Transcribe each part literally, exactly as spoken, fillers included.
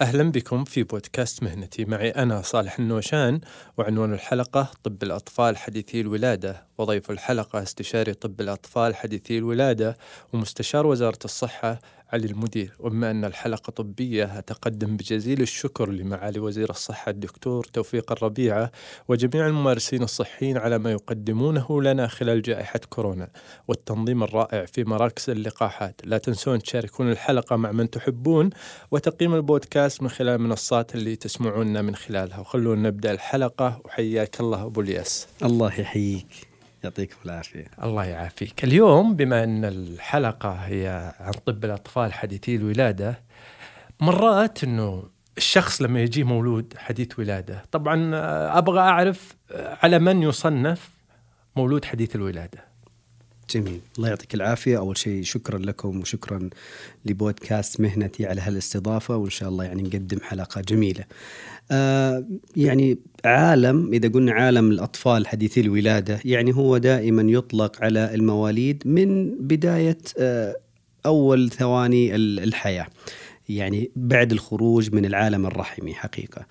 أهلا بكم في بودكاست مهنتي. معي أنا صالح النوشان، وعنوان الحلقة طب الأطفال حديثي الولادة، وضيف الحلقة استشاري طب الأطفال حديثي الولادة ومستشار وزارة الصحة علي المدير. وبما أن الحلقة طبية، أتقدم بجزيل الشكر لمعالي وزير الصحة الدكتور توفيق الربيعة وجميع الممارسين الصحيين على ما يقدمونه لنا خلال جائحة كورونا والتنظيم الرائع في مراكز اللقاحات. لا تنسون تشاركون الحلقة مع من تحبون وتقييم البودكاست من خلال المنصات اللي تسمعوننا من خلالها. وخلونا نبدأ الحلقة. وحياك الله أبو الياس. الله يحييك، يعطيكم العافية. الله يعافيك. اليوم بما أن الحلقة هي عن طب الأطفال حديثي الولادة، مرات أنه الشخص لما يجي مولود حديث ولادة، طبعا أبغى أعرف على من يصنف مولود حديث الولادة. جميل، الله يعطيك العافية. أول شيء شكرا لكم وشكرا لبودكاست مهنتي على هالاستضافة، وإن شاء الله يعني نقدم حلقة جميلة. آه يعني عالم، إذا قلنا عالم الأطفال حديثي الولادة، يعني هو دائما يطلق على المواليد من بداية آه أول ثواني الحياة، يعني بعد الخروج من العالم الرحمي حقيقة.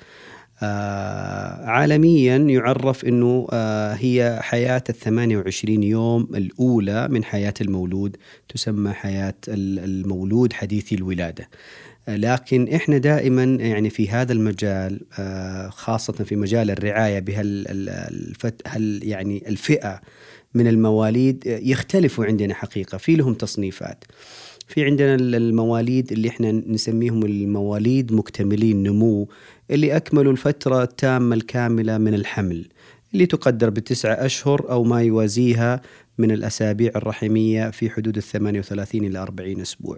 آه عالميا يعرف أنه آه هي حياة الثمانية وعشرين يوم الأولى من حياة المولود تسمى حياة المولود حديثي الولادة. آه لكن إحنا دائما يعني في هذا المجال، آه خاصة في مجال الرعاية بهالفت هال يعني الفئة من المواليد يختلفوا عندنا حقيقة، في لهم تصنيفات. في عندنا المواليد اللي احنا نسميهم المواليد مكتملين النمو، اللي أكملوا الفترة التامة الكاملة من الحمل، اللي تقدر بتسعة أشهر أو ما يوازيها من الأسابيع الرحمية في حدود الثمانية وثلاثين إلى أربعين أسبوع.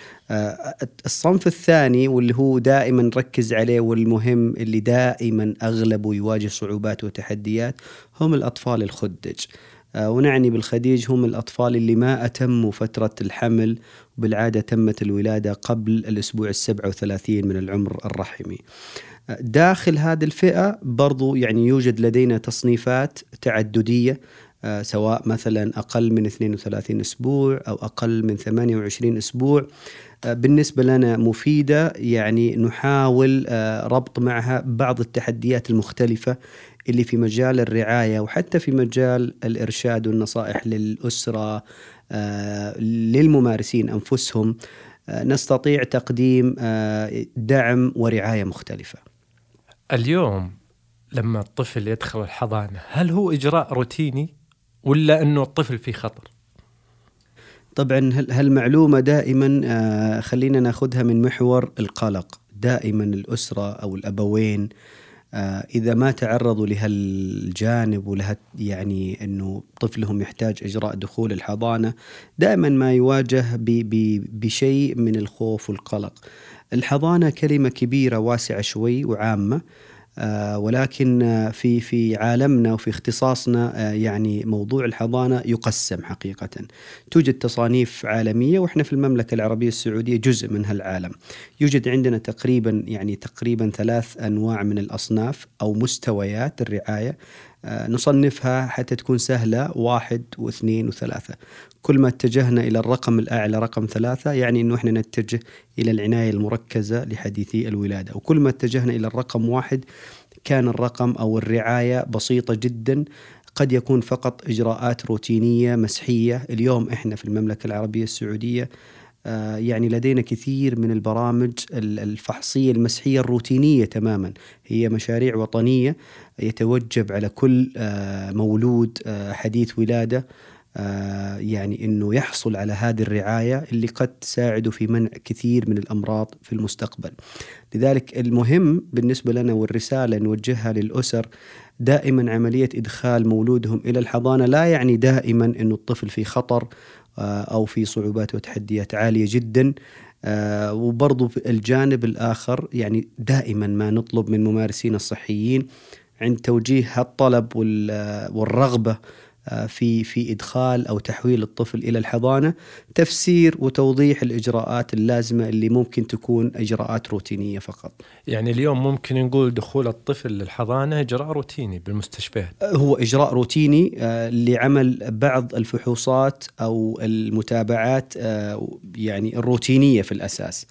الصنف الثاني واللي هو دائما نركز عليه والمهم اللي دائما أغلبه يواجه صعوبات وتحديات هم الأطفال الخدج. ونعني بالخديج هم الأطفال اللي ما أتموا فترة الحمل، وبالعادة تمت الولادة قبل الأسبوع السبعة وثلاثين من العمر الرحمي. داخل هذه الفئة برضو يعني يوجد لدينا تصنيفات تعددية، سواء مثلا أقل من اثنين وثلاثين أسبوع أو أقل من ثمانية وعشرين أسبوع. بالنسبة لنا مفيدة، يعني نحاول ربط معها بعض التحديات المختلفة اللي في مجال الرعاية وحتى في مجال الإرشاد والنصائح للأسرة، للممارسين أنفسهم، نستطيع تقديم دعم ورعاية مختلفة. اليوم لما الطفل يدخل الحضانة، هل هو إجراء روتيني ولا أنه الطفل في خطر؟ طبعا هالمعلومة دائما خلينا ناخذها من محور القلق. دائما الأسرة أو الأبوين إذا ما تعرضوا لهالجانب ولها يعني أنه طفلهم يحتاج إجراء دخول الحضانة، دائما ما يواجه بشيء من الخوف والقلق. الحضانة كلمة كبيرة واسعة شوي وعامة، آه ولكن في في عالمنا وفي اختصاصنا آه يعني موضوع الحضانة يقسم حقيقة. توجد تصانيف عالمية، وإحنا في المملكة العربية السعودية جزء من هالعالم. يوجد عندنا تقريبا يعني تقريبا ثلاث أنواع من الأصناف أو مستويات الرعاية، آه نصنفها حتى تكون سهلة، واحد واثنين وثلاثة. كل ما اتجهنا إلى الرقم الأعلى رقم ثلاثة، يعني أنه إحنا نتجه إلى العناية المركزة لحديثي الولادة. وكل ما اتجهنا إلى الرقم واحد كان الرقم أو الرعاية بسيطة جدا، قد يكون فقط إجراءات روتينية مسحية. اليوم إحنا في المملكة العربية السعودية آه يعني لدينا كثير من البرامج الفحصية المسحية الروتينية تماما، هي مشاريع وطنية يتوجب على كل آه مولود آه حديث ولادة آه يعني أنه يحصل على هذه الرعاية اللي قد تساعده في منع كثير من الأمراض في المستقبل. لذلك المهم بالنسبة لنا والرسالة نوجهها للأسر، دائما عملية إدخال مولودهم إلى الحضانة لا يعني دائما أنه الطفل في خطر آه أو في صعوبات وتحديات عالية جدا. آه وبرضو الجانب الآخر، يعني دائما ما نطلب من ممارسين الصحيين عند توجيه هالطلب والرغبة في في إدخال أو تحويل الطفل إلى الحضانة، تفسير وتوضيح الإجراءات اللازمة اللي ممكن تكون إجراءات روتينية فقط. يعني اليوم ممكن نقول دخول الطفل للحضانة إجراء روتيني بالمستشفيات؟ هو إجراء روتيني لعمل بعض الفحوصات أو المتابعات يعني الروتينية في الأساس.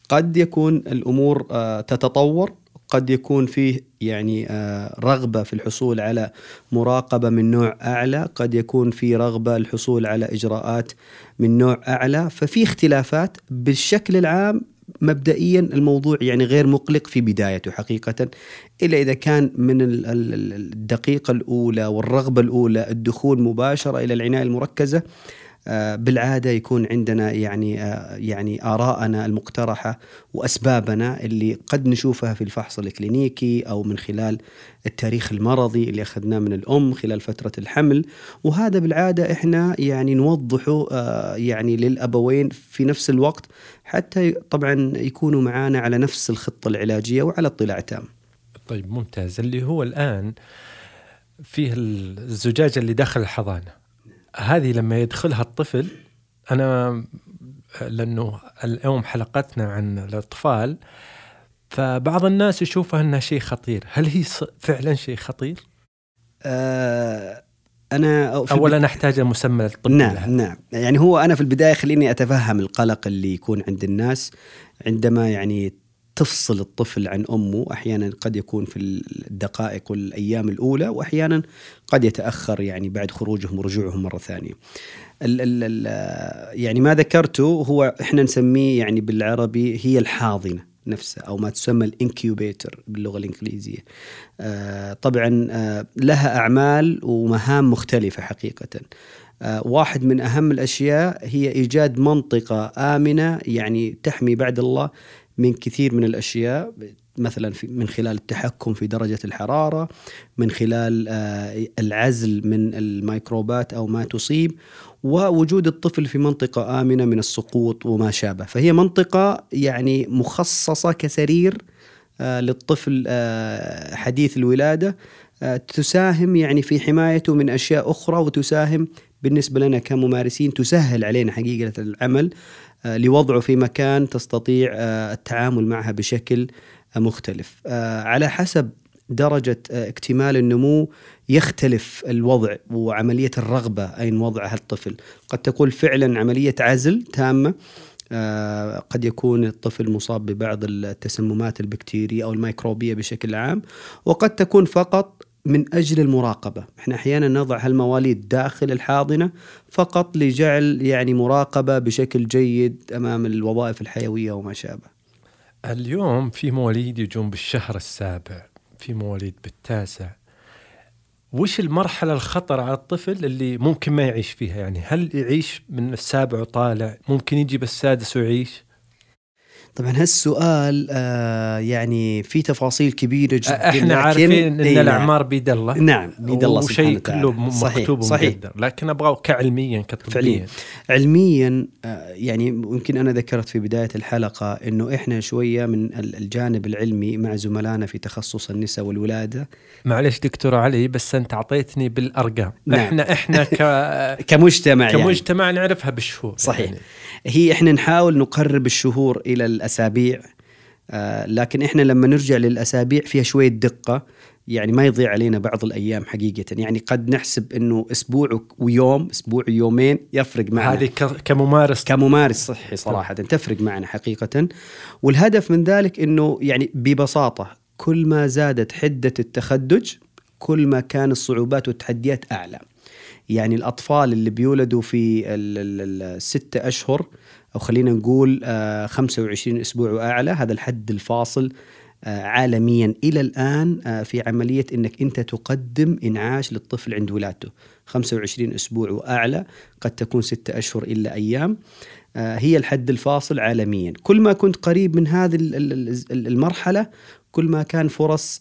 قد يكون الأمور آه تتطور، قد يكون فيه يعني آه رغبة في الحصول على مراقبة من نوع أعلى، قد يكون فيه رغبة الحصول على إجراءات من نوع أعلى، ففي اختلافات. بالشكل العام مبدئيا الموضوع يعني غير مقلق في بدايته حقيقة، إلا إذا كان من الدقيقة الأولى والرغبة الأولى الدخول مباشرة إلى العناية المركزة. بالعادة يكون عندنا يعني يعني آراءنا المقترحة وأسبابنا اللي قد نشوفها في الفحص الكلينيكي أو من خلال التاريخ المرضي اللي أخذناه من الأم خلال فترة الحمل، وهذا بالعادة إحنا يعني نوضحه يعني للأبوين في نفس الوقت، حتى طبعا يكونوا معانا على نفس الخطة العلاجية وعلى اطلاع تام. طيب ممتاز. اللي هو الآن فيه الزجاجة اللي داخل الحضانة، هذه لما يدخلها الطفل، أنا لأنه اليوم حلقتنا عن الأطفال، فبعض الناس يشوفها أنها شيء خطير. هل هي فعلا شيء خطير؟ آه أنا أولا نحتاج مسمى الطب. نعم لها. نعم يعني هو أنا في البداية خليني أتفهم القلق اللي يكون عند الناس عندما يعني تفصل الطفل عن أمه. أحيانا قد يكون في الدقائق والأيام الأولى، وأحيانا قد يتأخر يعني بعد خروجهم ورجوعهم مرة ثانية. ال ال ال يعني ما ذكرته هو إحنا نسميه يعني بالعربي هي الحاضنة نفسها، أو ما تسمى الانكيوبيتر باللغة الإنجليزية. آه طبعا آه لها أعمال ومهام مختلفة حقيقة. آه واحد من أهم الأشياء هي إيجاد منطقة آمنة يعني تحمي بعد الله من كثير من الأشياء، مثلا من خلال التحكم في درجة الحرارة، من خلال آه العزل من الميكروبات أو ما تصيب، ووجود الطفل في منطقة آمنة من السقوط وما شابه. فهي منطقة يعني مخصصة كسرير آه للطفل آه حديث الولادة، آه تساهم يعني في حمايته من أشياء أخرى، وتساهم بالنسبة لنا كممارسين تسهل علينا حقيقة العمل آه لوضعه في مكان تستطيع آه التعامل معها بشكل آه مختلف. آه على حسب درجة اكتمال النمو يختلف الوضع وعملية الرغبة أين وضعها الطفل. قد تكون فعلا عملية عزل تامة، آه قد يكون الطفل مصاب ببعض التسممات البكتيرية أو الميكروبية بشكل عام، وقد تكون فقط من أجل المراقبة. احنا أحيانا نضع هالمواليد داخل الحاضنة فقط لجعل يعني مراقبة بشكل جيد أمام الوظائف الحيوية وما شابه. اليوم في مواليد يجون بالشهر السابع، في مواليد بالتاسع. وش المرحلة الخطر على الطفل اللي ممكن ما يعيش فيها؟ يعني هل يعيش من السابع وطالع، ممكن يجي بالسادس ويعيش؟ طبعا هالسؤال آه يعني في تفاصيل كبيرة جدا. احنا عارفين ان إيه الأعمار بيد الله. نعم بيد الله سبحانه وشيء كله مكتوب ومقدر، لكن أبغاه كعلميا كطبيا. علميا آه يعني يمكن أنا ذكرت في بداية الحلقة إنه إحنا شوية من الجانب العلمي مع زملائنا في تخصص النساء والولادة. معلش دكتور علي، بس أنت عطيتني بالأرقام. نعم. احنا احنا ك... كمجتمع كمجتمع يعني. نعرفها بالشهور. صحيح يعني. هي إحنا نحاول نقرب الشهور إلى الأسابيع، آه لكن إحنا لما نرجع للأسابيع فيها شوية دقة، يعني ما يضيع علينا بعض الأيام حقيقة. يعني قد نحسب إنه أسبوع ويوم، أسبوع ويومين يفرق معنا. هذه كممارس كممارس صحي صراحة تفرق معنا حقيقة. والهدف من ذلك إنه يعني ببساطة كل ما زادت حدة التخدج كل ما كان الصعوبات والتحديات أعلى. يعني الأطفال اللي بيولدوا في الستة أشهر أو خلينا نقول خمسة وعشرين أسبوع وأعلى، هذا الحد الفاصل عالميا إلى الآن في عملية إنك أنت تقدم إنعاش للطفل عند ولادته. خمسة وعشرين أسبوع وأعلى، قد تكون ستة أشهر إلا أيام، هي الحد الفاصل عالميا. كل ما كنت قريب من هذه المرحلة كل ما كان فرص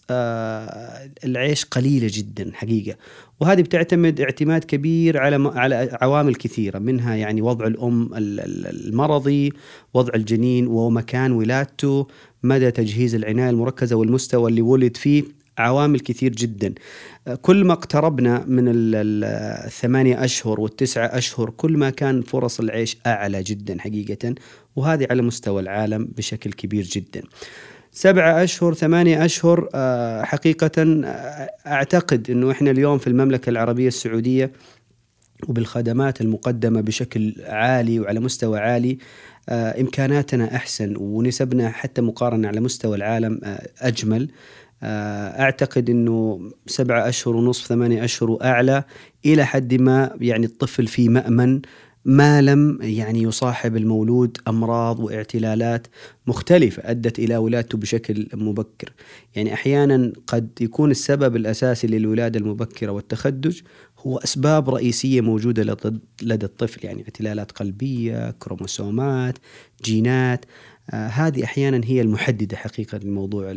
العيش قليلة جدا حقيقة. وهذه بتعتمد اعتماد كبير على على عوامل كثيرة، منها يعني وضع الأم المرضي، وضع الجنين ومكان ولادته، مدى تجهيز العناية المركزة والمستوى اللي ولد فيه، عوامل كثير جدا. كل ما اقتربنا من الثمانية أشهر والتسعة أشهر كل ما كان فرص العيش أعلى جدا حقيقة، وهذه على مستوى العالم بشكل كبير جدا. سبعة أشهر ثمانية أشهر حقيقة أعتقد أنه إحنا اليوم في المملكة العربية السعودية وبالخدمات المقدمة بشكل عالي وعلى مستوى عالي آه إمكاناتنا أحسن، ونسبنا حتى مقارنة على مستوى العالم آه أجمل. آه أعتقد أنه سبعة أشهر ونصف ثمانية أشهر وأعلى إلى حد ما يعني الطفل في مأمن، ما لم يعني يصاحب المولود أمراض واعتلالات مختلفة أدت إلى ولادته بشكل مبكر. يعني أحيانا قد يكون السبب الأساسي للولادة المبكرة والتخدج هو أسباب رئيسية موجودة لدى الطفل، يعني اعتلالات قلبية، كروموسومات، جينات. آه هذه أحيانا هي المحددة حقيقة لموضوع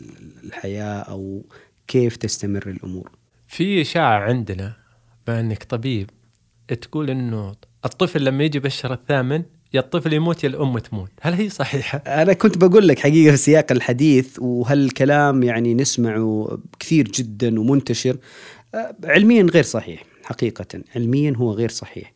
الحياة أو كيف تستمر الأمور. في إشاعة عندنا بأنك طبيب تقول إنه الطفل لما يجي بالشهر الثامن يا الطفل يموت يا الأم تموت، هل هي صحيحة؟ أنا كنت بقول لك حقيقة في سياق الحديث، وهالكلام يعني نسمعه كثير جدا ومنتشر. علميا غير صحيح، حقيقة علميا هو غير صحيح.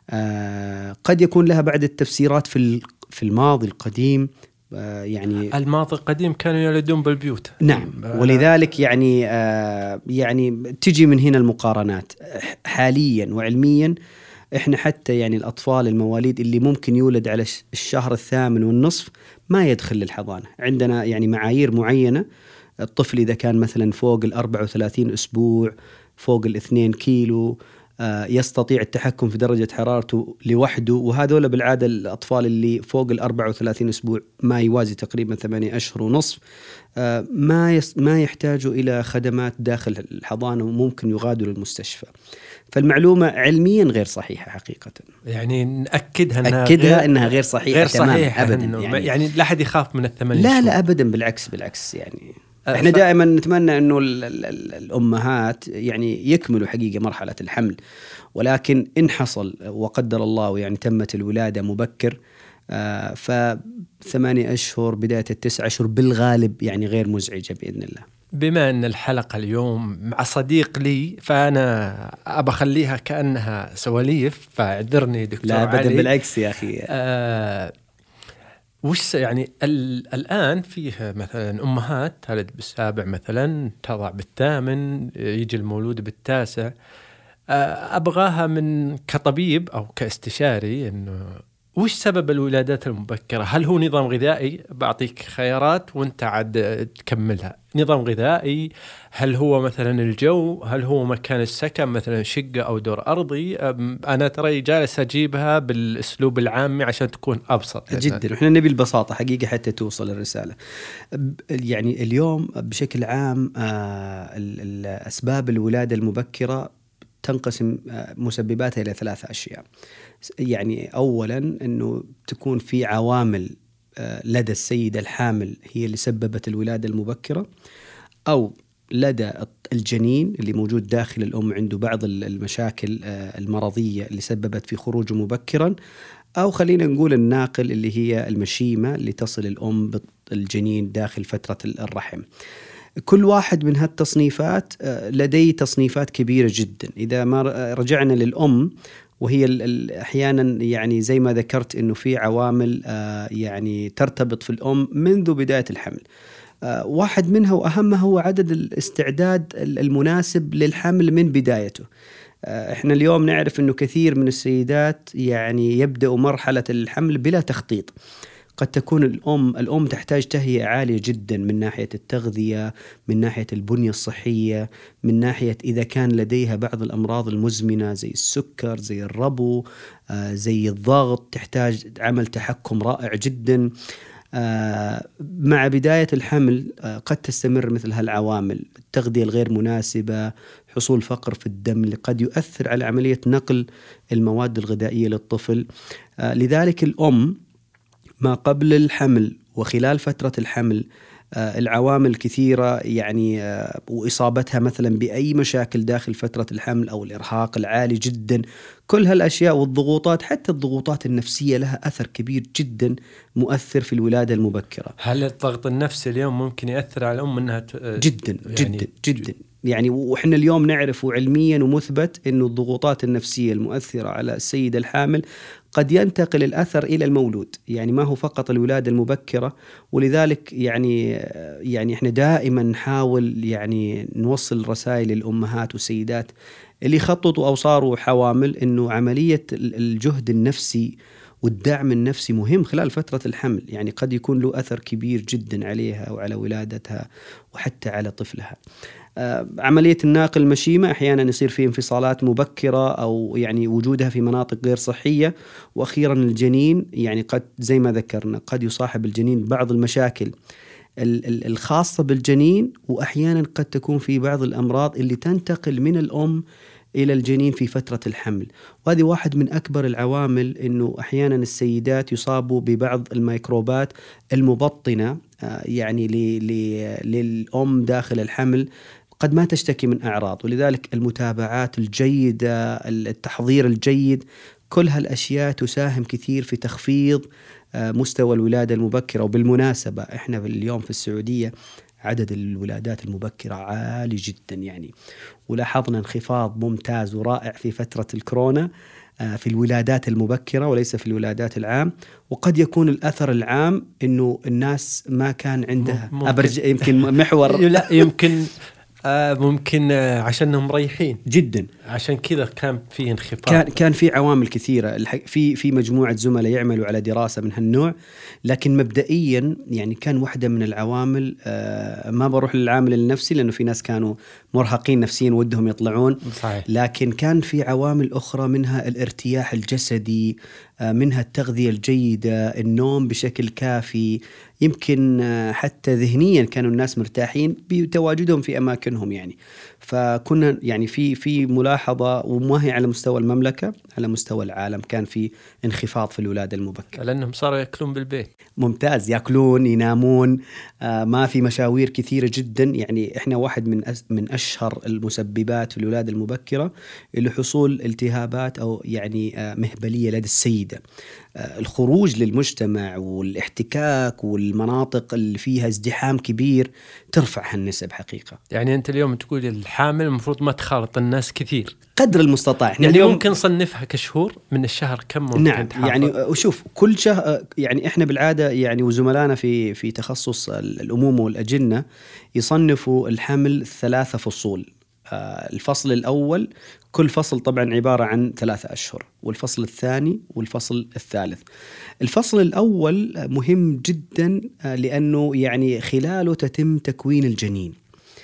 آه قد يكون لها بعض التفسيرات في في الماضي القديم. آه يعني الماضي القديم كانوا يولدون بالبيوت. نعم، ولذلك يعني آه يعني تجي من هنا المقارنات. حاليا وعلميا احنا حتى يعني الأطفال المواليد اللي ممكن يولد على الشهر الثامن والنصف ما يدخل للحضانة. عندنا يعني معايير معينة. الطفل إذا كان مثلا فوق الأربعة وثلاثين أسبوع، فوق الاثنين كيلو، آه يستطيع التحكم في درجة حرارته لوحده، وهذول بالعادة الأطفال اللي فوق الأربعة وثلاثين أسبوع ما يوازي تقريبا ثمانية أشهر ونصف، آه ما يس ما يحتاجوا إلى خدمات داخل الحضانة وممكن يغادروا المستشفى. فالمعلومة علميا غير صحيحة حقيقة. يعني نأكدها إنها أكدها غير إنها غير صحيحة غير تماما صحيحة أبدا. يعني, يعني لا أحد يخاف من الثمانية لا شهور. لا أبدا، بالعكس بالعكس. يعني احنا دائما نتمنى انه ال ال ال الامهات يعني يكملوا حقيقة مرحلة الحمل، ولكن ان حصل وقدر الله يعني تمت الولادة مبكر، آه فثمانية اشهر بداية التسعة اشهر بالغالب يعني غير مزعجة بإذن الله. بما ان الحلقة اليوم مع صديق لي فانا ابى اخليها كأنها سواليف، فاعذرني دكتور لا علي. ابدا بالعكس يا اخي. آه وش يعني الآن فيه مثلا أمهات تلد بالسابع مثلا، تضع بالثامن، يجي المولود بالتاسع. أبغاها من كطبيب أو كاستشاري إنه وش سبب الولادات المبكرة؟ هل هو نظام غذائي؟ بعطيك خيارات وانت عاد تكملها. نظام غذائي؟ هل هو مثلا الجو؟ هل هو مكان السكن مثلا شقة أو دور أرضي؟ أنا ترى جالس أجيبها بالأسلوب العامي عشان تكون أبسط جدا. وإحنا نبي البساطة حقيقة حتى توصل الرسالة. يعني اليوم بشكل عام أسباب الولادة المبكرة تنقسم مسبباتها إلى ثلاثة أشياء. يعني أولاً أنه تكون في عوامل لدى السيدة الحامل هي اللي سببت الولادة المبكرة، أو لدى الجنين اللي موجود داخل الأم عنده بعض المشاكل المرضية اللي سببت في خروجه مبكراً، أو خلينا نقول الناقل اللي هي المشيمة اللي تصل الأم بالجنين داخل فترة الرحم. كل واحد من هالتصنيفات لديه تصنيفات كبيرة جدا. إذا ما رجعنا للأم، وهي أحيانا يعني زي ما ذكرت إنه في عوامل يعني ترتبط في الأم منذ بداية الحمل. واحد منها وأهمها هو عدد الاستعداد المناسب للحمل من بدايته. إحنا اليوم نعرف إنه كثير من السيدات يعني يبدأوا مرحلة الحمل بلا تخطيط. قد تكون الأم الأم تحتاج تهيئة عالية جدا من ناحية التغذية، من ناحية البنية الصحية، من ناحية إذا كان لديها بعض الأمراض المزمنة زي السكر، زي الربو، آه زي الضغط، تحتاج عمل تحكم رائع جدا. آه مع بداية الحمل آه قد تستمر مثل هالعوامل، التغذية الغير مناسبة، حصول فقر في الدم اللي قد يؤثر على عملية نقل المواد الغذائية للطفل. آه لذلك الأم ما قبل الحمل وخلال فترة الحمل آه العوامل كثيرة يعني آه وإصابتها مثلا بأي مشاكل داخل فترة الحمل أو الإرهاق العالي جدا، كل هالأشياء والضغوطات حتى الضغوطات النفسية لها أثر كبير جدا مؤثر في الولادة المبكرة. هل الضغط النفسي اليوم ممكن يأثر على الأم أنها جدا يعني جدا جدا يعني وإحنا اليوم نعرف علميا ومثبت إنه الضغوطات النفسية المؤثرة على السيدة الحامل قد ينتقل الأثر إلى المولود، يعني ما هو فقط الولادة المبكرة. ولذلك يعني يعني إحنا دائما نحاول يعني نوصل رسائل للأمهات والسيدات اللي خططوا أو صاروا حوامل إنه عملية الجهد النفسي والدعم النفسي مهم خلال فترة الحمل، يعني قد يكون له أثر كبير جدا عليها وعلى ولادتها وحتى على طفلها. عملية الناقل المشيمة أحيانا يصير فيه انفصالات مبكرة أو يعني وجودها في مناطق غير صحية. وأخيرا الجنين يعني قد زي ما ذكرنا قد يصاحب الجنين بعض المشاكل الخاصة بالجنين، وأحيانا قد تكون في بعض الأمراض اللي تنتقل من الأم إلى الجنين في فترة الحمل. وهذه واحد من أكبر العوامل إنه أحيانا السيدات يصابوا ببعض الميكروبات المبطنة يعني للأم داخل الحمل قد ما تشتكي من أعراض. ولذلك المتابعات الجيدة، التحضير الجيد، كل هالأشياء تساهم كثير في تخفيض مستوى الولادة المبكرة. وبالمناسبة إحنا اليوم في السعودية عدد الولادات المبكرة عالي جدا يعني، ولاحظنا انخفاض ممتاز ورائع في فترة الكورونا في الولادات المبكرة وليس في الولادات العام. وقد يكون الأثر العام إنه الناس ما كان عندها أبرج يمكن محور لا يمكن آه ممكن آه عشانهم مريحين جدا، عشان كذا كان في انخفاض. كان كان في عوامل كثيرة. في في مجموعة زملاء يعملوا على دراسة من هالنوع، لكن مبدئيا يعني كان واحدة من العوامل آه ما بروح للعامل النفسي لأنه في ناس كانوا مرهقين نفسيا ودهم يطلعون صحيح. لكن كان في عوامل أخرى منها الارتياح الجسدي، آه منها التغذية الجيدة، النوم بشكل كافي، يمكن آه حتى ذهنيا كانوا الناس مرتاحين بتواجدهم في أماكنهم يعني. فكنا يعني في في ملاحظة، وما هي على مستوى المملكة، على مستوى العالم كان في انخفاض في الولادة المبكرة لأنهم صاروا يأكلون بالبيت. ممتاز، يأكلون ينامون، آه ما في مشاوير كثيرة جدا. يعني إحنا واحد من أس من أشهر المسببات في الولادة المبكرة اللي حصول التهابات أو يعني آه مهبلية لدى السيدة. آه الخروج للمجتمع والاحتكاك والمناطق اللي فيها ازدحام كبير ترفع هالنسب حقيقة. يعني أنت اليوم تقول الحامل المفروض ما تخالط الناس كثير قدر المستطاع. يعني اليوم ممكن نصنفها كشهور من الشهر كم ممكن نعم تحافظ؟ يعني وشوف كل شهر يعني إحنا بالعادة يعني وزملائنا في في تخصص الأمومة والأجنة يصنفوا الحمل ثلاثة فصول. الفصل الأول كل فصل طبعا عبارة عن ثلاثة أشهر، والفصل الثاني والفصل الثالث. الفصل الأول مهم جدا لأنه يعني خلاله تتم تكوين الجنين.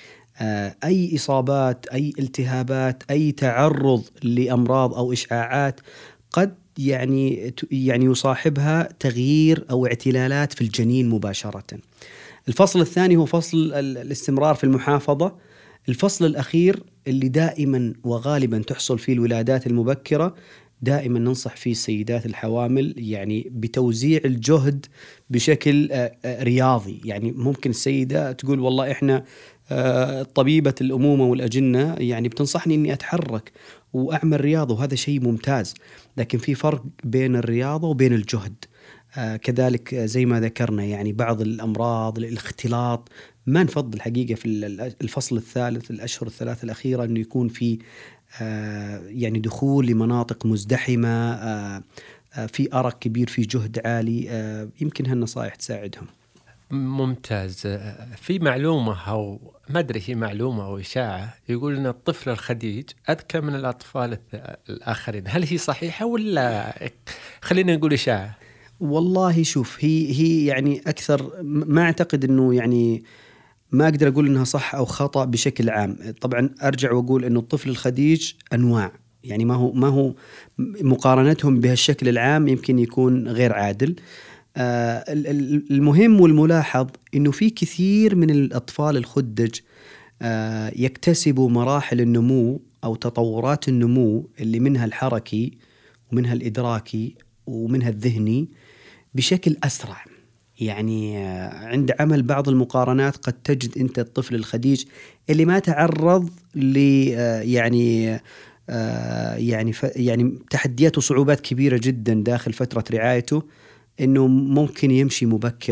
أي إصابات، أي التهابات، أي تعرض لأمراض أو إشعاعات قد يعني يعني يصاحبها تغيير أو اعتلالات في الجنين مباشرة. الفصل الثاني هو فصل الاستمرار في المحافظة. الفصل الأخير اللي دائما وغالبا تحصل فيه الولادات المبكرة، دائما ننصح فيه السيدات الحوامل يعني بتوزيع الجهد بشكل رياضي. يعني ممكن السيدة تقول والله إحنا طبيبة الأمومة والأجنة يعني بتنصحني أني أتحرك وأعمل رياضة، وهذا شيء ممتاز، لكن في فرق بين الرياضة وبين الجهد. آه كذلك زي ما ذكرنا يعني بعض الأمراض الاختلاط ما نفضل حقيقة في الفصل الثالث الأشهر الثلاثة الأخيرة أنه يكون في آه يعني دخول لمناطق مزدحمة، آه آه في أرق كبير، في جهد عالي. آه يمكن هالنصائح تساعدهم. ممتاز. في معلومة أو ما أدري هي معلومة أو إشاعة يقول أن الطفل الخديج أذكى من الأطفال الآخرين، هل هي صحيحة ولا خلينا نقول إشاعة؟ والله شوف هي هي يعني أكثر، ما أعتقد أنه يعني ما أقدر أقول أنها صح أو خطأ بشكل عام. طبعا أرجع وأقول أنه الطفل الخديج أنواع، يعني ما هو ما هو مقارنتهم بهالشكل العام يمكن يكون غير عادل. آه المهم والملاحظ أنه في كثير من الأطفال الخدج آه يكتسبوا مراحل النمو أو تطورات النمو اللي منها الحركي ومنها الإدراكي ومنها الذهني بشكل أسرع. يعني آه عند عمل بعض المقارنات قد تجد أنت الطفل الخديج اللي ما تعرض ل آه يعني آه يعني يعني تحديات وصعوبات كبيرة جدا داخل فترة رعايته، إنه ممكن يمشي مبكرا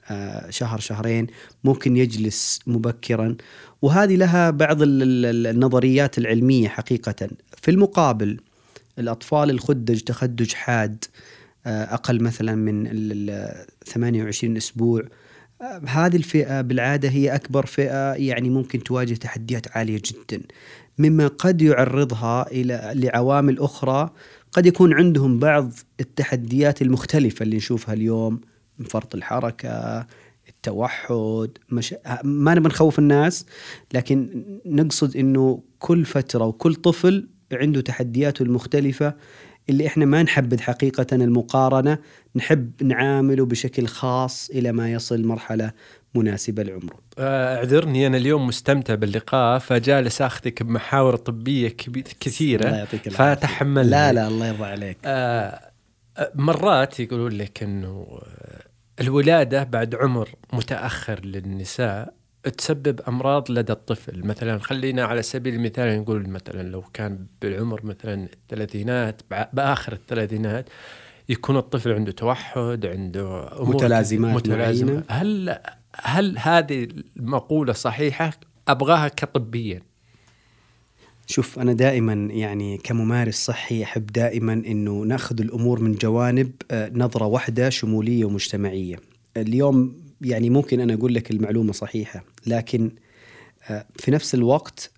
شهر شهرين، ممكن يجلس مبكرا، وهذه لها بعض النظريات العلمية حقيقة. في المقابل الأطفال الخدج تخدج حاد أقل مثلا من ثمانية وعشرين أسبوع، هذه الفئة بالعادة هي أكبر فئة يعني ممكن تواجه تحديات عالية جدا، مما قد يعرضها إلى لعوامل أخرى قد يكون عندهم بعض التحديات المختلفة اللي نشوفها اليوم من فرط الحركة، التوحد، مش... ما نبغى نخوف الناس، لكن نقصد إنه كل فترة وكل طفل عنده تحدياته المختلفة اللي إحنا ما نحبذ حقيقة المقارنة، نحب نعامله بشكل خاص إلى ما يصل مرحلة مناسبة لعمره. اعذرني أنا اليوم مستمتع باللقاء، فجالس أخذك بمحاور طبية كثيرة فتحمل. لا لا الله يرضى عليك. آه مرات يقولون لك أنه الولادة بعد عمر متأخر للنساء تسبب أمراض لدى الطفل. مثلا خلينا على سبيل المثال نقول مثلا لو كان بالعمر مثلا الثلاثينات، بآخر الثلاثينات يكون الطفل عنده توحد، عنده متلازمات متلازمة. هل هل هذه المقولة صحيحة؟ أبغاها كطبيا. شوف أنا دائما يعني كممارس صحي أحب دائما إنه نأخذ الأمور من جوانب نظرة واحدة شمولية ومجتمعية. اليوم يعني ممكن أنا أقول لك المعلومة صحيحة، لكن في نفس الوقت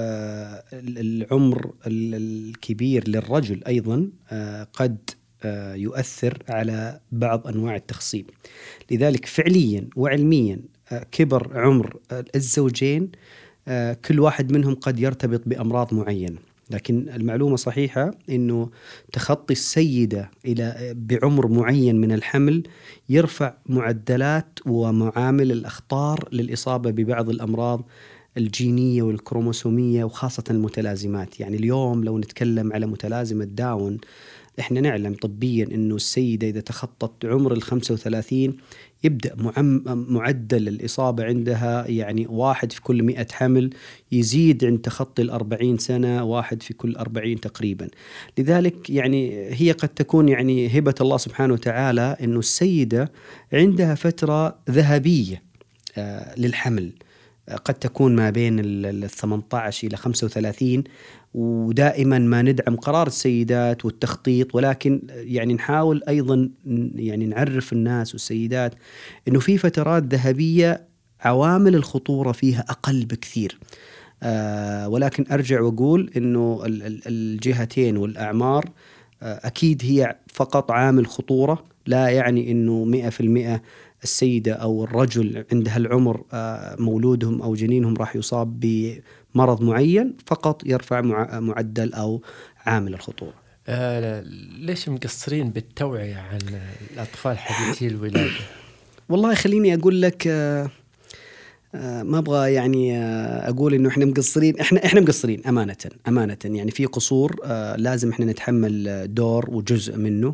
العمر الكبير للرجل أيضا قد يؤثر على بعض أنواع التخصيب. لذلك فعليا وعلميا كبر عمر الزوجين كل واحد منهم قد يرتبط بأمراض معينة، لكن المعلومة صحيحة إنه تخطي السيدة إلى بعمر معين من الحمل يرفع معدلات ومعامل الأخطار للإصابة ببعض الأمراض الجينية والكروموسومية وخاصة المتلازمات. يعني اليوم لو نتكلم على متلازمة داون، إحنا نعلم طبيا إنه السيدة إذا تخطت عمر الخمسة وثلاثين يبدأ معدل الإصابة عندها يعني واحد في كل مئة حمل، يزيد عند تخطي الأربعين سنة واحد في كل أربعين تقريبا. لذلك يعني هي قد تكون يعني هبة الله سبحانه وتعالى إنه السيدة عندها فترة ذهبية للحمل، قد تكون ما بين ال ثمانية عشر إلى خمسة وثلاثين، ودائما ما ندعم قرار السيدات والتخطيط، ولكن يعني نحاول أيضا يعني نعرف الناس والسيدات إنه في فترات ذهبية عوامل الخطورة فيها أقل بكثير. آه ولكن أرجع وأقول إنه الجهتين والأعمار آه أكيد هي فقط عامل خطورة، لا يعني إنه مئة في المئة السيدة أو الرجل عند هالعمر مولودهم أو جنينهم راح يصاب بمرض معين فقط يرفع معدل أو عامل الخطورة. آه ليش مقصرين بالتوعية عن الأطفال حديثي الولادة؟ والله خليني أقول لك آه آه ما أبغى يعني آه أقول إنه إحنا مقصرين، إحنا إحنا مقصرين أمانة أمانة يعني في قصور آه لازم إحنا نتحمل دور وجزء منه.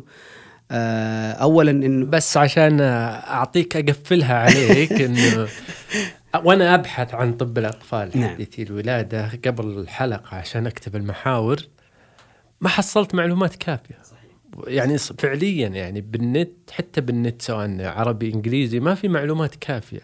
أولاً إنه بس عشان أعطيك أقفلها عليك إنه وأنا أبحث عن طب الأطفال حديثي الولادة قبل الحلقة عشان أكتب المحاور ما حصلت معلومات كافية. يعني فعلياً يعني بالنت، حتى بالنت سواء عربي إنجليزي ما في معلومات كافية.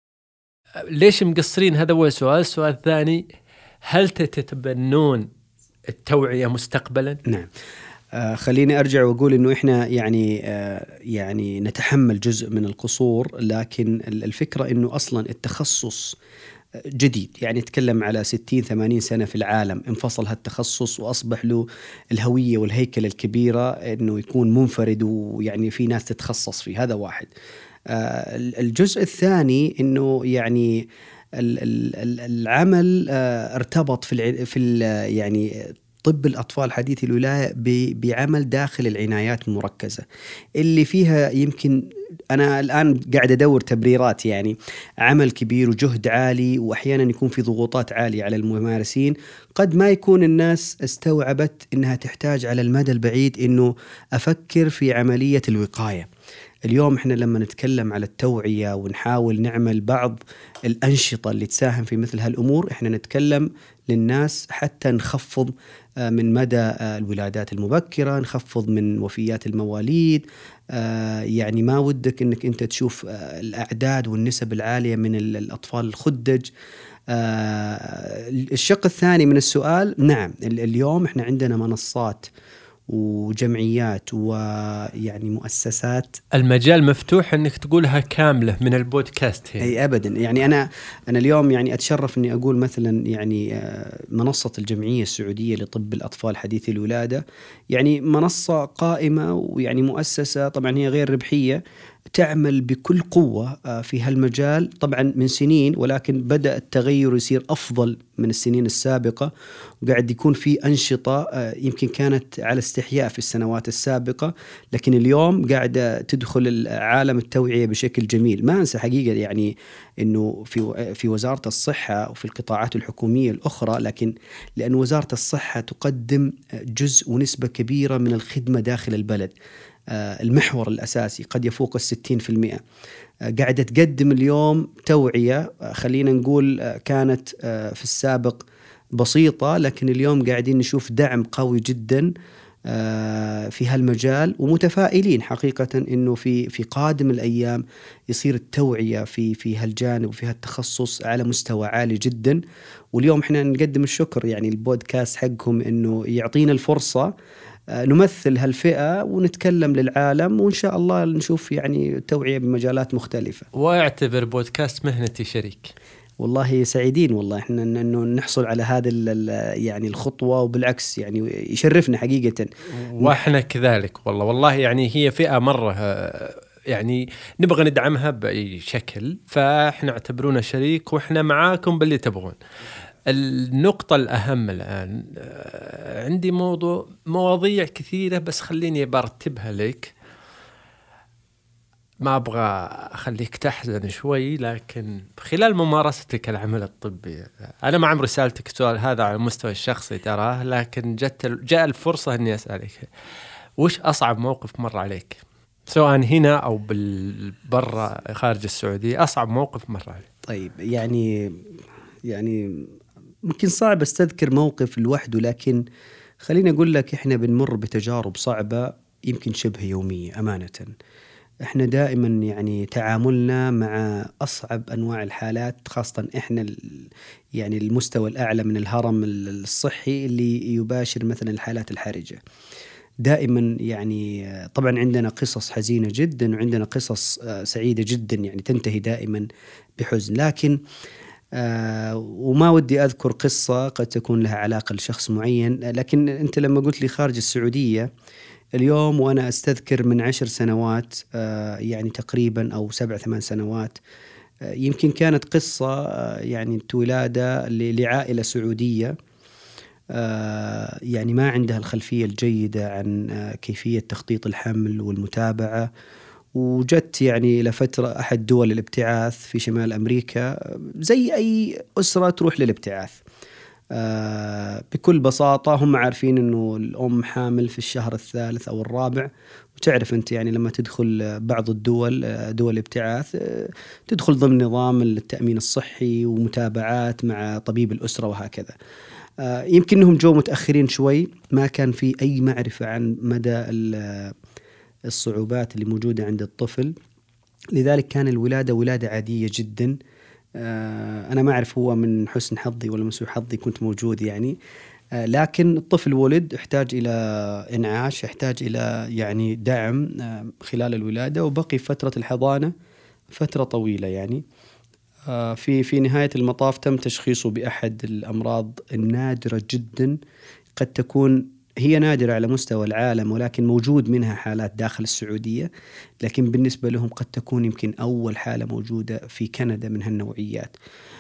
ليش مقصرين؟ هذا أول سؤال. السؤال الثاني، هل تتبنون التوعية مستقبلاً؟ نعم. آه خليني أرجع وأقول إنه إحنا يعني آه يعني نتحمل جزء من القصور، لكن الفكرة إنه أصلاً التخصص جديد، يعني نتكلم على ستين ثمانين سنة في العالم انفصل هالتخصص وأصبح له الهوية والهيكل الكبيرة إنه يكون منفرد ويعني في ناس تتخصص فيه. هذا واحد. آه الجزء الثاني إنه يعني العمل آه ارتبط في في يعني طب الأطفال حديثي الولاية بعمل داخل العنايات المركزة اللي فيها يمكن أنا الآن قاعد أدور تبريرات، يعني عمل كبير وجهد عالي، وأحيانا يكون في ضغوطات عالية على الممارسين. قد ما يكون الناس استوعبت أنها تحتاج على المدى البعيد أنه أفكر في عملية الوقاية. اليوم إحنا لما نتكلم على التوعية ونحاول نعمل بعض الأنشطة اللي تساهم في مثل هالأمور، إحنا نتكلم للناس حتى نخفض من مدى الولادات المبكرة، نخفض من وفيات المواليد. يعني ما ودك إنك أنت تشوف الأعداد والنسب العالية من الأطفال الخدج. الشق الثاني من السؤال، نعم اليوم إحنا عندنا منصات وجمعيات ويعني مؤسسات. المجال مفتوح انك تقولها كاملة من البودكاست هنا. اي ابدا، يعني انا انا اليوم يعني اتشرف اني اقول مثلا يعني منصة الجمعية السعودية لطب الاطفال حديثي الولادة، يعني منصة قائمة ويعني مؤسسة طبعا هي غير ربحية، تعمل بكل قوة في هالمجال طبعا من سنين، ولكن بدأ التغير يصير أفضل من السنين السابقة، وقاعد يكون في أنشطة يمكن كانت على استحياء في السنوات السابقة، لكن اليوم قاعدة تدخل عالم التوعية بشكل جميل. ما أنسى حقيقة يعني أنه في في وزارة الصحة وفي القطاعات الحكومية الأخرى، لكن لأن وزارة الصحة تقدم جزء ونسبة كبيرة من الخدمة داخل البلد، المحور الأساسي قد يفوق الستين في المئة، قاعدة تقدم اليوم توعية خلينا نقول كانت في السابق بسيطة، لكن اليوم قاعدين نشوف دعم قوي جدا في هالمجال، ومتفائلين حقيقة إنه في في قادم الأيام يصير التوعية في في هالجانب وفي هالتخصص على مستوى عالي جدا. واليوم إحنا نقدم الشكر يعني البودكاست حقهم إنه يعطينا الفرصة نمثل هالفئة ونتكلم للعالم، وإن شاء الله نشوف يعني توعية بمجالات مختلفة. واعتبر بودكاست مهنتي شريك. والله سعيدين والله إحنا إنه نحصل على هذا يعني الخطوة، وبالعكس يعني يشرفنا حقيقة. وإحنا كذلك والله والله يعني هي فئة مرة يعني نبغى ندعمها بأي شكل، فإحنا اعتبرونا شريك وإحنا معاكم باللي تبغون. النقطة الأهم الآن، عندي موضوع مواضيع كثيرة بس خليني برتبها لك، ما أبغى أخليك تحزن شوي، لكن خلال ممارستك العمل الطبي أنا ما عمري سألتك السؤال هذا على المستوى الشخصي تراه، لكن جت جاء الفرصة أني أسألك وش أصعب موقف مر عليك سواء هنا أو بالبرة خارج السعودية؟ أصعب موقف مر عليك. طيب يعني يعني ممكن صعب استذكر موقف لوحده، لكن خليني أقول لك إحنا بنمر بتجارب صعبة يمكن شبه يومية أمانة. إحنا دائما يعني تعاملنا مع أصعب أنواع الحالات، خاصة إحنا يعني المستوى الأعلى من الهرم الصحي اللي يباشر مثلا الحالات الحرجة. دائما يعني طبعا عندنا قصص حزينة جدا وعندنا قصص سعيدة جدا يعني تنتهي دائما بحزن، لكن آه وما ودي أذكر قصة قد تكون لها علاقة لشخص معين، لكن أنت لما قلت لي خارج السعودية اليوم وأنا أستذكر من عشر سنوات آه يعني تقريبا أو سبع ثمان سنوات آه يمكن كانت قصة آه يعني ولادة لعائلة سعودية آه يعني ما عندها الخلفية الجيدة عن آه كيفية تخطيط الحمل والمتابعة، وجدت يعني إلى فترة أحد دول الابتعاث في شمال أمريكا زي أي أسرة تروح للابتعاث. آه بكل بساطة هم عارفين أنه الأم حامل في الشهر الثالث أو الرابع، وتعرف أنت يعني لما تدخل بعض الدول دول الابتعاث تدخل ضمن نظام التأمين الصحي ومتابعات مع طبيب الأسرة وهكذا. آه يمكن أنهم جو متأخرين شوي، ما كان في أي معرفة عن مدى الصعوبات اللي موجودة عند الطفل، لذلك كان الولادة ولادة عادية جدا. أنا ما أعرف هو من حسن حظي ولا من سوء حظي كنت موجود يعني، لكن الطفل ولد يحتاج إلى إنعاش، يحتاج إلى يعني دعم خلال الولادة، وبقي فترة الحضانة فترة طويلة يعني. في في نهاية المطاف تم تشخيصه بأحد الأمراض النادرة جدا، قد تكون هي نادرة على مستوى العالم ولكن موجود منها حالات داخل السعودية، لكن بالنسبة لهم قد تكون يمكن أول حالة موجودة في كندا من هالنوعيات.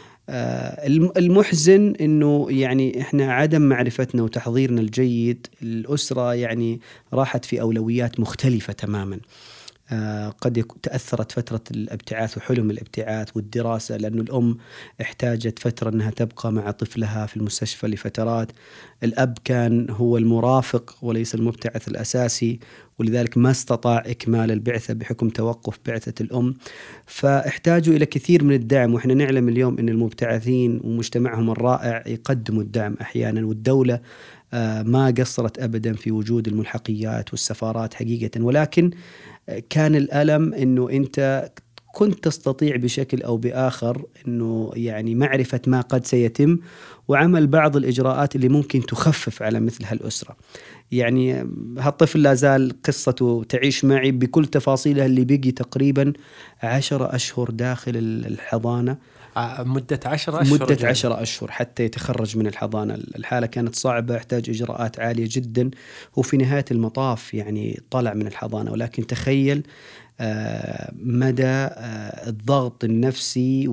المحزن إنه يعني إحنا عدم معرفتنا وتحضيرنا الجيد، الأسرة يعني راحت في أولويات مختلفة تماما. قد تأثرت فترة الابتعاث وحلم الابتعاث والدراسة، لأن الأم احتاجت فترة أنها تبقى مع طفلها في المستشفى لفترات. الأب كان هو المرافق وليس المبتعث الأساسي، ولذلك ما استطاع إكمال البعثة بحكم توقف بعثة الأم، فاحتاجوا إلى كثير من الدعم. وإحنا نعلم اليوم أن المبتعثين ومجتمعهم الرائع يقدموا الدعم أحيانا، والدولة ما قصرت أبدا في وجود الملحقيات والسفارات حقيقة. ولكن كان الألم أنه أنت كنت تستطيع بشكل أو بآخر أنه يعني معرفة ما قد سيتم وعمل بعض الإجراءات اللي ممكن تخفف على مثل هالأسرة. يعني هالطفل لا زال قصته تعيش معي بكل تفاصيلها اللي بقي تقريبا عشرة أشهر داخل الحضانة، مدة عشرة أشهر مدة عشرة أشهر حتى يتخرج من الحضانة. الحالة كانت صعبة، احتاج إجراءات عالية جدا، وفي نهاية المطاف يعني طلع من الحضانة. ولكن تخيل مدى الضغط النفسي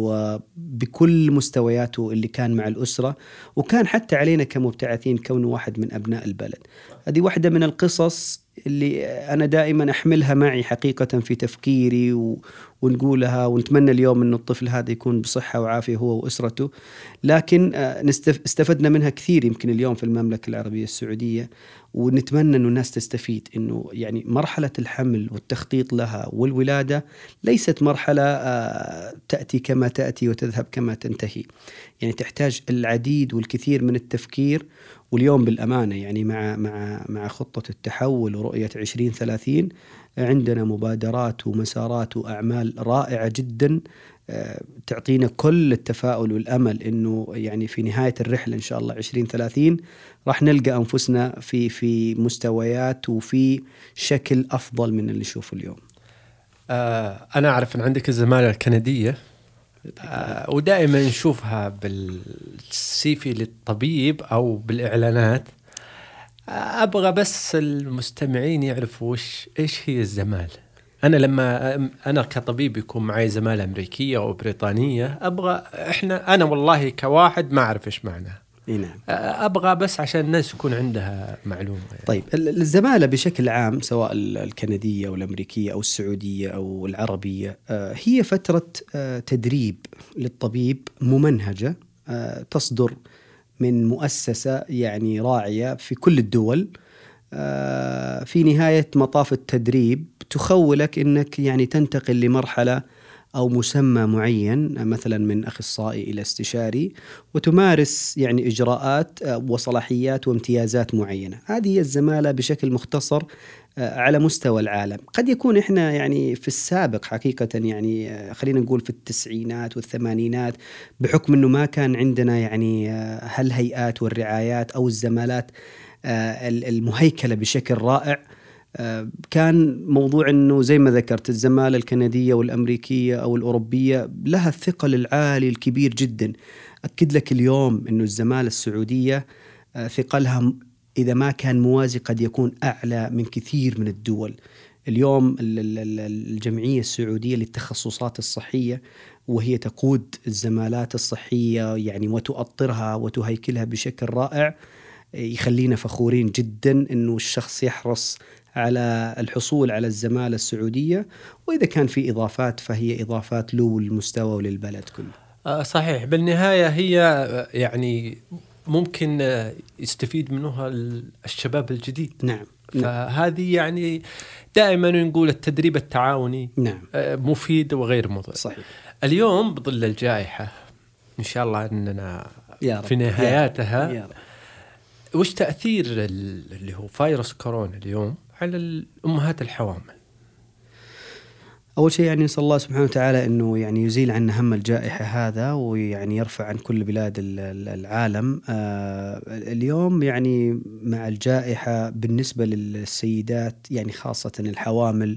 وبكل مستوياته اللي كان مع الأسرة، وكان حتى علينا كمبتعثين كونه واحد من أبناء البلد. هذه واحدة من القصص اللي أنا دائما أحملها معي حقيقة في تفكيري و... ونقولها، ونتمنى اليوم أن الطفل هذا يكون بصحة وعافية هو وأسرته. لكن استفدنا منها كثير يمكن اليوم في المملكة العربية السعودية، ونتمنى أن الناس تستفيد أنه يعني مرحلة الحمل والتخطيط لها والولادة ليست مرحلة تأتي كما تأتي وتذهب كما تنتهي، يعني تحتاج العديد والكثير من التفكير. واليوم بالأمانة يعني مع مع مع خطة التحول ورؤية عشرين ثلاثين عندنا مبادرات ومسارات وأعمال رائعة جدا تعطينا كل التفاؤل والأمل إنه يعني في نهاية الرحلة إن شاء الله عشرين ثلاثين راح نلقى أنفسنا في في مستويات وفي شكل أفضل من اللي نشوفه اليوم. آه أنا أعرف أن عندك الزمالة الكندية، آه ودائما نشوفها بالسيفي للطبيب أو بالإعلانات. آه أبغى بس المستمعين يعرفوا وش إيش هي الزمالة. أنا لما أنا كطبيب يكون معي زمالة أمريكية أو بريطانية، أبغى إحنا أنا والله كواحد ما أعرف إيش معناها. نعم. أبغى بس عشان الناس يكون عندها معلومة يعني. طيب الزمالة بشكل عام سواء الكندية أو الأمريكية أو السعودية أو العربية هي فترة تدريب للطبيب ممنهجة تصدر من مؤسسة يعني راعية في كل الدول. في نهاية مطاف التدريب تخولك أنك يعني تنتقل لمرحلة أو مسمى معين، مثلا من أخصائي إلى استشاري، وتمارس يعني إجراءات وصلاحيات وامتيازات معينة. هذه هي الزمالة بشكل مختصر على مستوى العالم. قد يكون إحنا يعني في السابق حقيقة يعني خلينا نقول في التسعينات والثمانينات بحكم أنه ما كان عندنا يعني هالهيئات والرعايات أو الزمالات المهيكلة بشكل رائع، كان موضوع أنه زي ما ذكرت الزمالة الكندية والأمريكية أو الأوروبية لها الثقل العالي الكبير جدا. أكد لك اليوم أنه الزمالة السعودية ثقلها إذا ما كان موازي قد يكون أعلى من كثير من الدول. اليوم الجمعية السعودية للتخصصات الصحية وهي تقود الزمالات الصحية يعني وتؤطرها وتهيكلها بشكل رائع، يخلينا فخورين جدا أنه الشخص يحرص على الحصول على الزمالة السعودية، وإذا كان في إضافات فهي إضافات له للمستوى وللبلد كله. صحيح. بالنهاية هي يعني ممكن يستفيد منها الشباب الجديد. نعم. فهذه يعني دائما نقول التدريب التعاوني نعم. مفيد وغير مضر. صحيح. اليوم بظل الجائحة إن شاء الله أننا يا رب. في نهاياتها يا رب. وش تأثير اللي هو فيروس كورونا اليوم على الأمهات الحوامل؟ أول شيء يعني نسأل الله سبحانه وتعالى أنه يعني يزيل عنا هم الجائحة هذا ويعني يرفع عن كل بلاد العالم. آه اليوم يعني مع الجائحة بالنسبة للسيدات يعني خاصة الحوامل،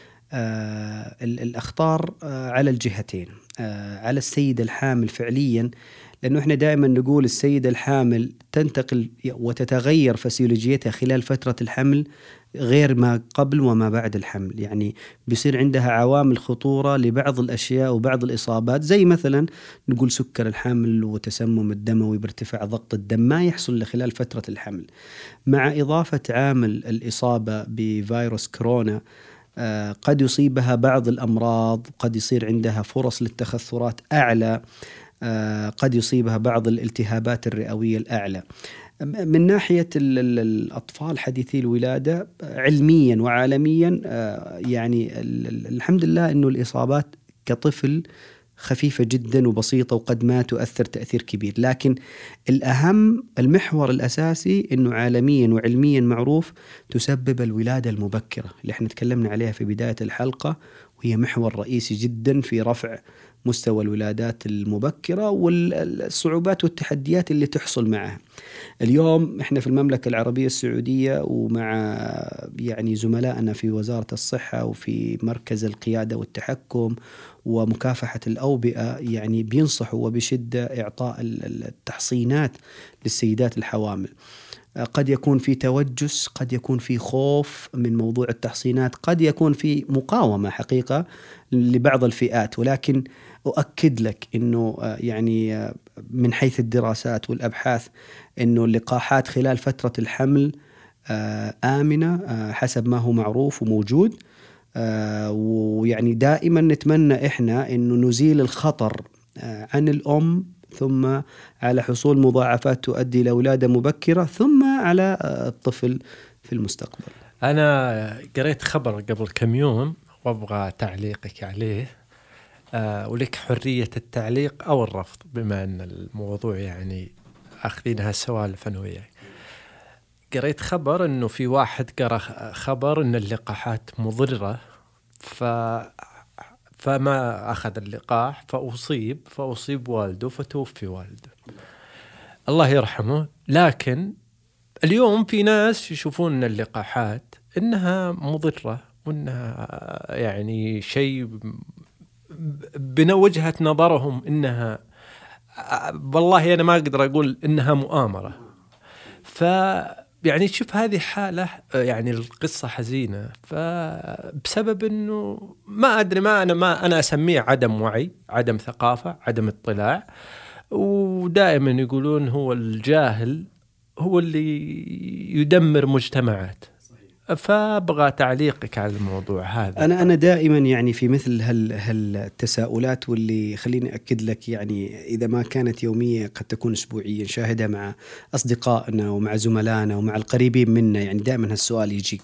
آه الأخطار آه على الجهتين، آه على السيدة الحامل فعليا، لأنه إحنا دائما نقول السيدة الحامل تنتقل وتتغير فسيولوجيتها خلال فترة الحمل غير ما قبل وما بعد الحمل. يعني بيصير عندها عوامل خطورة لبعض الأشياء وبعض الإصابات، زي مثلا نقول سكر الحمل وتسمم الدموي بارتفاع ضغط الدم، ما يحصل خلال فترة الحمل. مع إضافة عامل الإصابة بفيروس كورونا قد يصيبها بعض الأمراض، قد يصير عندها فرص للتخثرات أعلى، قد يصيبها بعض الالتهابات الرئوية الأعلى. من ناحية الأطفال حديثي الولادة علميا وعالميا يعني الحمد لله أنه الإصابات كطفل خفيفة جدا وبسيطة وقد ما تؤثر تأثير كبير، لكن الأهم المحور الأساسي أنه عالميا وعلميا معروف تسبب الولادة المبكرة اللي احنا تكلمنا عليها في بداية الحلقة، وهي محور رئيسي جدا في رفع مستوى الولادات المبكرة والصعوبات والتحديات اللي تحصل معها. اليوم احنا في المملكة العربية السعودية ومع يعني زملائنا في وزارة الصحة وفي مركز القيادة والتحكم ومكافحة الأوبئة يعني بينصحوا وبشدة إعطاء التحصينات للسيدات الحوامل. قد يكون في توجس، قد يكون في خوف من موضوع التحصينات، قد يكون في مقاومة حقيقة لبعض الفئات، ولكن أؤكد لك أنه يعني من حيث الدراسات والأبحاث أنه اللقاحات خلال فترة الحمل آمنة حسب ما هو معروف وموجود، ويعني دائما نتمنى إحنا أنه نزيل الخطر عن الأم، ثم على حصول مضاعفات تؤدي إلى ولادة مبكرة، ثم على الطفل في المستقبل. أنا قريت خبر قبل كم يوم وأبغى تعليقك عليه، آه ولك حرية التعليق أو الرفض بما أن الموضوع يعني أخذينها سوالف أنا وياك. قريت خبر أنه في واحد قرأ خبر أن اللقاحات مضرة، ف فما أخذ اللقاح فأصيب فأصيب والده فتوفي والده الله يرحمه. لكن اليوم في ناس يشوفون أن اللقاحات إنها مضرة وإنها يعني شيء بنا وجهة نظرهم إنها، والله أنا ما أقدر أقول إنها مؤامرة. ف يعني شوف هذه حالة يعني القصة حزينة، فبسبب إنه ما أدري ما أنا ما أنا أسميه عدم وعي، عدم ثقافة، عدم اطلاع. ودائما يقولون هو الجاهل هو اللي يدمر مجتمعات. فأبغى تعليقك على الموضوع هذا. أنا أنا دائما يعني في مثل هال هالتساؤلات، واللي خليني أكد لك يعني إذا ما كانت يومية قد تكون أسبوعيا، شاهدها مع أصدقائنا ومع زملائنا ومع القريبين منا، يعني دائما هالسؤال يجيك.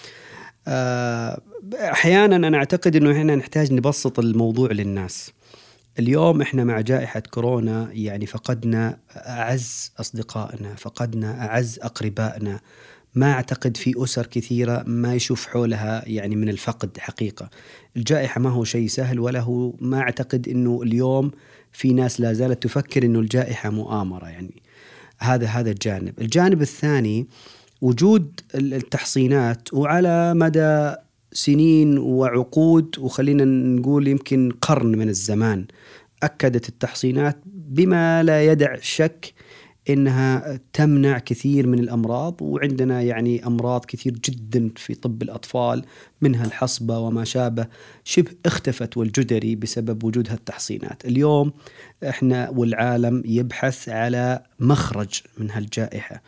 أحيانا أنا أعتقد إنه إحنا نحتاج نبسط الموضوع للناس. اليوم إحنا مع جائحة كورونا يعني فقدنا أعز أصدقائنا، فقدنا أعز أقربائنا. ما أعتقد في أسر كثيرة ما يشوف حولها يعني من الفقد حقيقة. الجائحة ما هو شيء سهل، ولا هو ما أعتقد إنه اليوم في ناس لا زالت تفكر إنه الجائحة مؤامرة. يعني هذا هذا الجانب. الجانب الثاني وجود التحصينات، وعلى مدى سنين وعقود وخلينا نقول يمكن قرن من الزمان أكدت التحصينات بما لا يدع شك إنها تمنع كثير من الأمراض. وعندنا يعني أمراض كثير جدا في طب الأطفال منها الحصبة وما شابه شبه اختفت والجدري بسبب وجودها التحصينات. اليوم إحنا والعالم يبحث على مخرج من هالجائحة.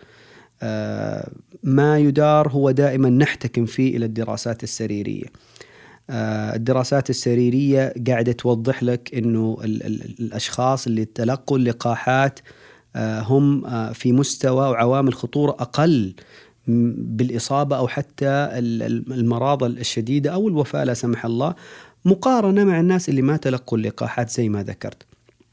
آه ما يدار هو دائما نحتكم فيه إلى الدراسات السريرية. آه الدراسات السريرية قاعدة توضح لك إنه ال ال الأشخاص اللي تلقوا اللقاحات هم في مستوى وعوامل خطورة أقل بالإصابة أو حتى المرض الشديدة أو الوفاة لا سمح الله، مقارنة مع الناس اللي ما تلقوا اللقاحات زي ما ذكرت.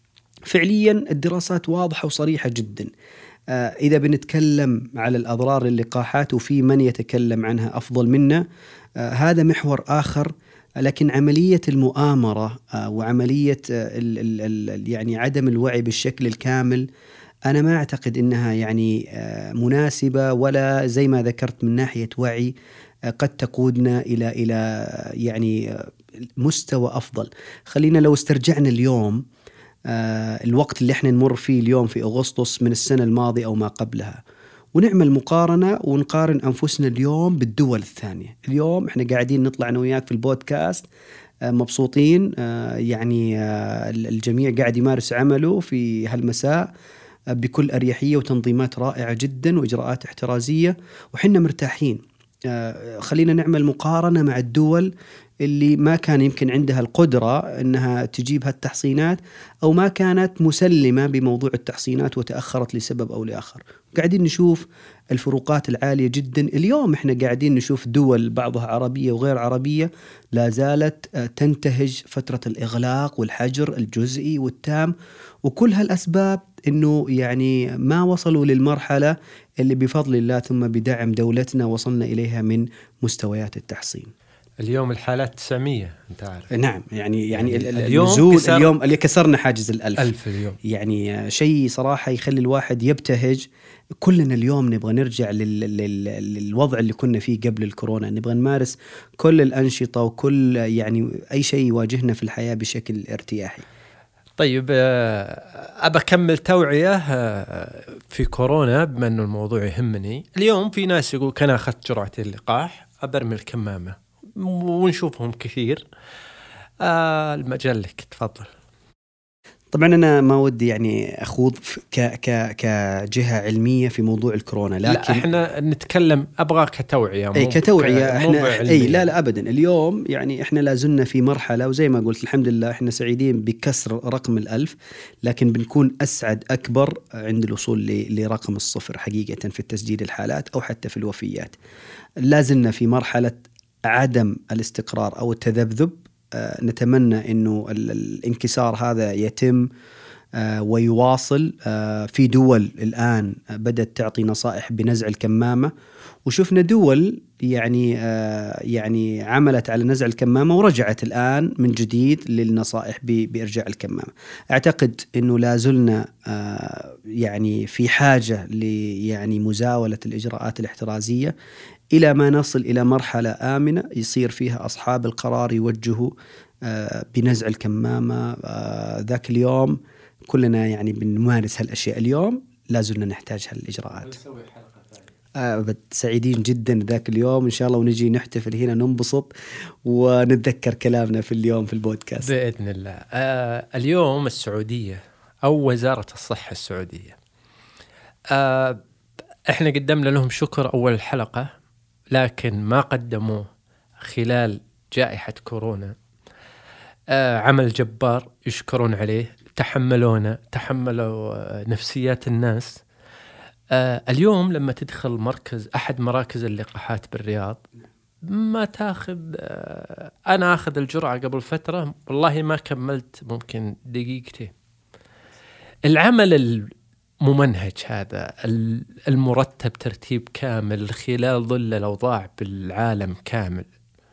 فعليا الدراسات واضحة وصريحة جدا. إذا بنتكلم على الأضرار اللقاحات وفي من يتكلم عنها أفضل منا، هذا محور آخر. لكن عملية المؤامرة وعملية ال ال ال يعني عدم الوعي بالشكل الكامل أنا ما أعتقد أنها يعني مناسبة، ولا زي ما ذكرت من ناحية وعي قد تقودنا إلى إلى يعني مستوى أفضل. خلينا لو استرجعنا اليوم الوقت اللي احنا نمر فيه اليوم في أغسطس من السنة الماضية أو ما قبلها، ونعمل مقارنة ونقارن أنفسنا اليوم بالدول الثانية. اليوم احنا قاعدين نطلع أنا وياك في البودكاست مبسوطين، يعني الجميع قاعد يمارس عمله في هالمساء بكل أريحية وتنظيمات رائعة جدا وإجراءات احترازية، وحنا مرتاحين. خلينا نعمل مقارنة مع الدول اللي ما كان يمكن عندها القدرة أنها تجيب هالتحصينات أو ما كانت مسلمة بموضوع التحصينات وتأخرت لسبب أو لآخر. قاعدين نشوف الفروقات العالية جدا. اليوم إحنا قاعدين نشوف دول بعضها عربية وغير عربية لا زالت تنتهج فترة الإغلاق والحجر الجزئي والتام، وكل هالأسباب إنه يعني ما وصلوا للمرحلة اللي بفضل الله ثم بدعم دولتنا وصلنا إليها من مستويات التحصين. اليوم الحالات تسعمية أنت عارف. نعم يعني يعني, يعني اليوم كسر اليوم اللي كسرنا حاجز الألف ألف اليوم. يعني شيء صراحة يخلي الواحد يبتهج. كلنا اليوم نبغى نرجع لل... لل... للوضع اللي كنا فيه قبل الكورونا، نبغى نمارس كل الأنشطة وكل يعني أي شيء يواجهنا في الحياة بشكل ارتياحي. طيب أبى أكمل توعية في كورونا بما أنه الموضوع يهمني. اليوم في ناس يقول كان أخذت جرعة اللقاح أبرمي الكمامة، ونشوفهم كثير. آه المجال لك، تفضل. طبعا أنا ما ودي يعني أخوض ك ك كجهة علمية في موضوع الكورونا، لكن لا إحنا نتكلم أبغى كتوعية. أي كتوعية إحنا أي لا لا أبدا. اليوم يعني إحنا لازلنا في مرحلة، وزي ما قلت الحمد لله إحنا سعيدين بكسر رقم الألف، لكن بنكون أسعد أكبر عند الوصول لرقم الصفر حقيقة في التسجيل الحالات أو حتى في الوفيات. لازلنا في مرحلة عدم الاستقرار أو التذبذب. آه نتمنى إنه الانكسار هذا يتم آه ويواصل. آه في دول الآن بدأت تعطي نصائح بنزع الكمامة، وشفنا دول يعني آه يعني عملت على نزع الكمامة ورجعت الآن من جديد للنصائح بإرجاع الكمامة. أعتقد إنه لازلنا آه يعني في حاجة ليعني مزاولة الإجراءات الاحترازية إلى ما نصل إلى مرحلة آمنة يصير فيها أصحاب القرار يوجهوا آه بنزع الكمامة. آه ذاك اليوم كلنا يعني بنمارس هالأشياء، اليوم لازلنا نحتاج هالإجراءات. آه سعيدين جدا ذاك اليوم إن شاء الله، ونجي نحتفل هنا ننبسط ونتذكر كلامنا في اليوم في البودكاست بإذن الله. آه اليوم السعودية أو وزارة الصحة السعودية آه إحنا قدمنا لهم شكر أول الحلقة، لكن ما قدموه خلال جائحة كورونا آه عمل جبار يشكرون عليه. تحملونا، تحملوا آه نفسيات الناس. آه اليوم لما تدخل مركز أحد مراكز اللقاحات بالرياض ما تاخذ آه أنا أخذ الجرعة قبل فترة والله ما كملت ممكن دقيقتين. العمل ممنهج هذا المرتب ترتيب كامل خلال ظل الأوضاع بالعالم كامل،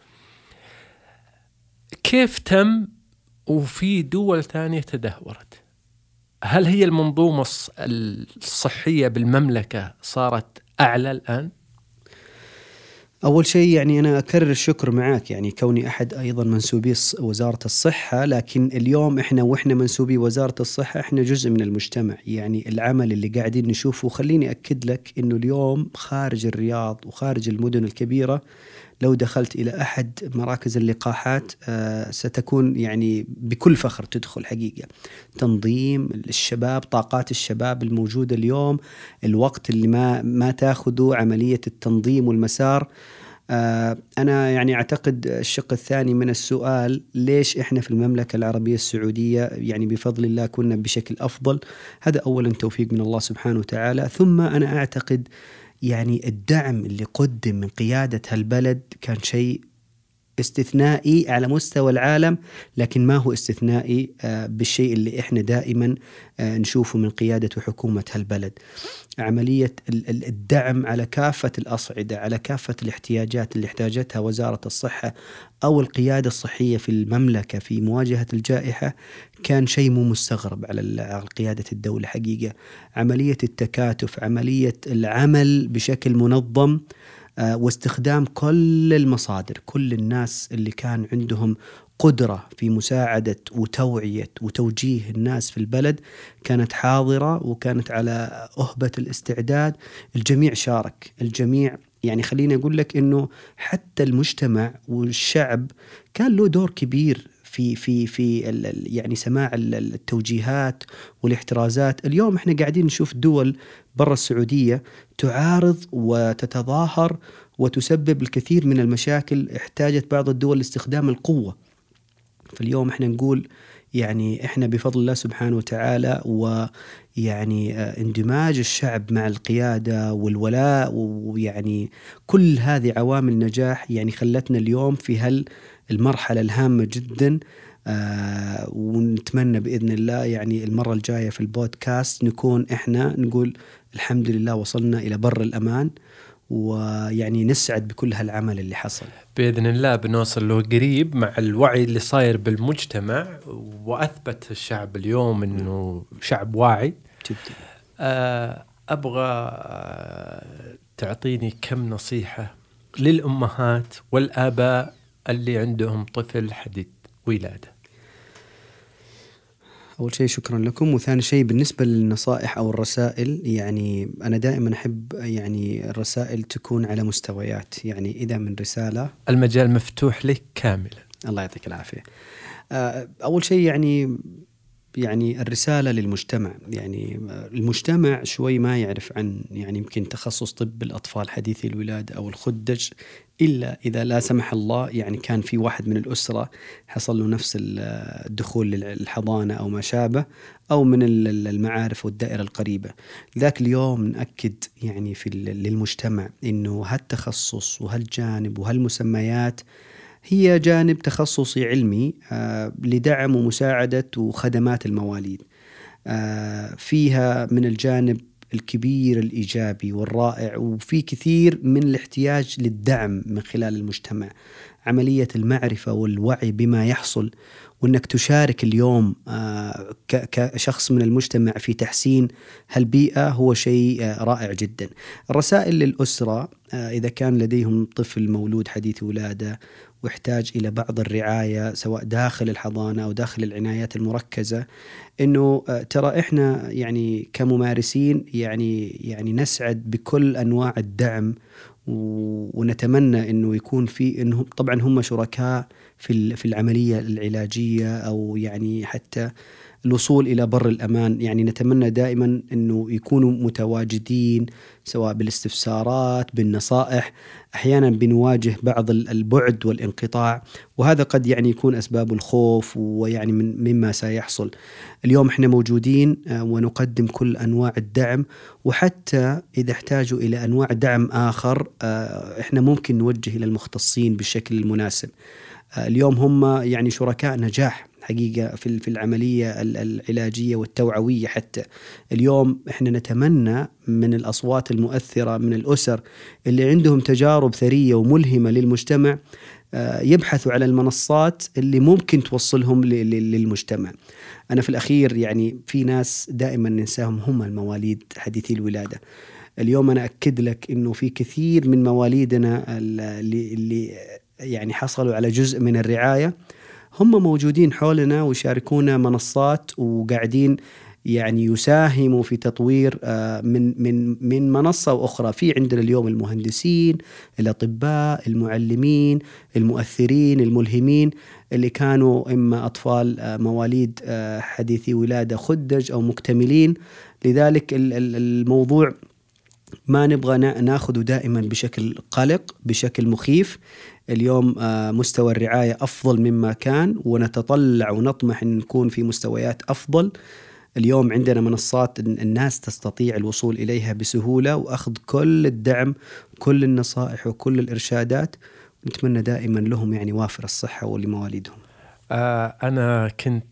كيف تم وفي دول ثانية تدهورت؟ هل هي المنظومة الصحية بالمملكة صارت أعلى الآن؟ أول شيء يعني أنا أكرر الشكر معاك، يعني كوني أحد أيضا منسوبي وزارة الصحة، لكن اليوم إحنا وإحنا منسوبي وزارة الصحة إحنا جزء من المجتمع. يعني العمل اللي قاعدين نشوفه، خليني أكد لك إنه اليوم خارج الرياض وخارج المدن الكبيرة لو دخلت إلى أحد مراكز اللقاحات آه ستكون يعني بكل فخر تدخل حقيقة. تنظيم الشباب، طاقات الشباب الموجودة اليوم، الوقت اللي ما ما تأخذه عملية التنظيم والمسار. آه أنا يعني أعتقد الشق الثاني من السؤال، ليش إحنا في المملكة العربية السعودية يعني بفضل الله كنا بشكل أفضل؟ هذا أولا توفيق من الله سبحانه وتعالى، ثم أنا أعتقد يعني الدعم اللي قدم من قيادة هالبلد كان شيء استثنائي على مستوى العالم، لكن ما هو استثنائي بالشيء اللي إحنا دائما نشوفه من قيادة وحكومة هالبلد. عملية الدعم على كافة الأصعدة، على كافة الاحتياجات اللي احتاجتها وزارة الصحة أو القيادة الصحية في المملكة في مواجهة الجائحة كان شيء مو مستغرب على قيادة الدولة حقيقة. عملية التكاتف، عملية العمل بشكل منظم، واستخدام كل المصادر، كل الناس اللي كان عندهم قدرة في مساعدة وتوعية وتوجيه الناس في البلد كانت حاضرة وكانت على أهبة الاستعداد. الجميع شارك، الجميع يعني خليني أقول لك إنه حتى المجتمع والشعب كان له دور كبير في في في يعني سماع التوجيهات والاحترازات. اليوم احنا قاعدين نشوف دول برا السعودية تعارض وتتظاهر وتسبب الكثير من المشاكل، احتاجت بعض الدول لاستخدام القوة. فاليوم احنا نقول يعني احنا بفضل الله سبحانه وتعالى ويعني اندماج الشعب مع القيادة والولاء، ويعني كل هذه عوامل نجاح يعني خلتنا اليوم في هالمرحلة الهامة جدا. آه ونتمنى بإذن الله يعني المرة الجاية في البودكاست نكون احنا نقول الحمد لله وصلنا إلى بر الأمان، ويعني نسعد بكل هالعمل اللي حصل. بإذن الله بنوصل له قريب مع الوعي اللي صاير بالمجتمع، وأثبت الشعب اليوم أنه شعب واعي جدا. أه أبغى تعطيني كم نصيحة للأمهات والآباء اللي عندهم طفل حديث ولادة. أول شيء شكرا لكم، وثاني شيء بالنسبة للنصائح أو الرسائل، يعني أنا دائما أحب يعني الرسائل تكون على مستويات. يعني إذا من رسالة المجال مفتوح لك كاملا. الله يعطيك العافية. أول شيء يعني يعني الرسالة للمجتمع، يعني المجتمع شوي ما يعرف عن يعني يمكن تخصص طب الأطفال حديثي الولادة أو الخدج، إلا إذا لا سمح الله يعني كان في واحد من الأسرة حصل له نفس الدخول للحضانة أو ما شابه، أو من المعارف والدائرة القريبة. ذاك اليوم نأكد يعني في للمجتمع إنه هالتخصص وهالجانب وهالمسميات هي جانب تخصصي علمي آه لدعم ومساعدة وخدمات المواليد. آه فيها من الجانب الكبير الإيجابي والرائع، وفي كثير من الاحتياج للدعم من خلال المجتمع. عملية المعرفة والوعي بما يحصل، وأنك تشارك اليوم آه كشخص من المجتمع في تحسين هالبيئة هو شيء آه رائع جدا. الرسائل للأسرة آه إذا كان لديهم طفل مولود حديث ولادة ويحتاج إلى بعض الرعاية سواء داخل الحضانة أو داخل العنايات المركزة، إنه ترى إحنا يعني كممارسين يعني يعني نسعد بكل أنواع الدعم، ونتمنى إنه يكون في إنهم طبعا هم شركاء في في العملية العلاجية أو يعني حتى الوصول إلى بر الأمان. يعني نتمنى دائما أنه يكونوا متواجدين سواء بالاستفسارات بالنصائح. أحيانا بنواجه بعض البعد والانقطاع، وهذا قد يعني يكون أسباب الخوف ويعني من مما سيحصل. اليوم احنا موجودين ونقدم كل أنواع الدعم، وحتى إذا احتاجوا إلى أنواع دعم آخر احنا ممكن نوجه إلى المختصين بالشكل المناسب. اليوم هم يعني شركاء نجاح حقيقة في في العملية العلاجية والتوعوية. حتى اليوم احنا نتمنى من الأصوات المؤثرة من الأسر اللي عندهم تجارب ثرية وملهمة للمجتمع يبحثوا على المنصات اللي ممكن توصلهم للمجتمع. أنا في الأخير يعني في ناس دائما ننساهم، هم المواليد حديثي الولادة. اليوم أنا أكد لك إنه في كثير من مواليدنا اللي, اللي يعني حصلوا على جزء من الرعاية هم موجودين حولنا ويشاركونا منصات، وقاعدين يعني يساهموا في تطوير من من من منصة وأخرى. في عندنا اليوم المهندسين، الأطباء، المعلمين، المؤثرين، الملهمين اللي كانوا إما أطفال مواليد حديثي ولادة خدج أو مكتملين. لذلك الموضوع ما نبغى ناخذه دائما بشكل قلق بشكل مخيف. اليوم مستوى الرعاية أفضل مما كان، ونتطلع ونطمح أن نكون في مستويات أفضل. اليوم عندنا منصات الناس تستطيع الوصول إليها بسهولة وأخذ كل الدعم كل النصائح وكل الإرشادات، ونتمنى دائما لهم يعني وافر الصحة ولمواليدهم. آه أنا كنت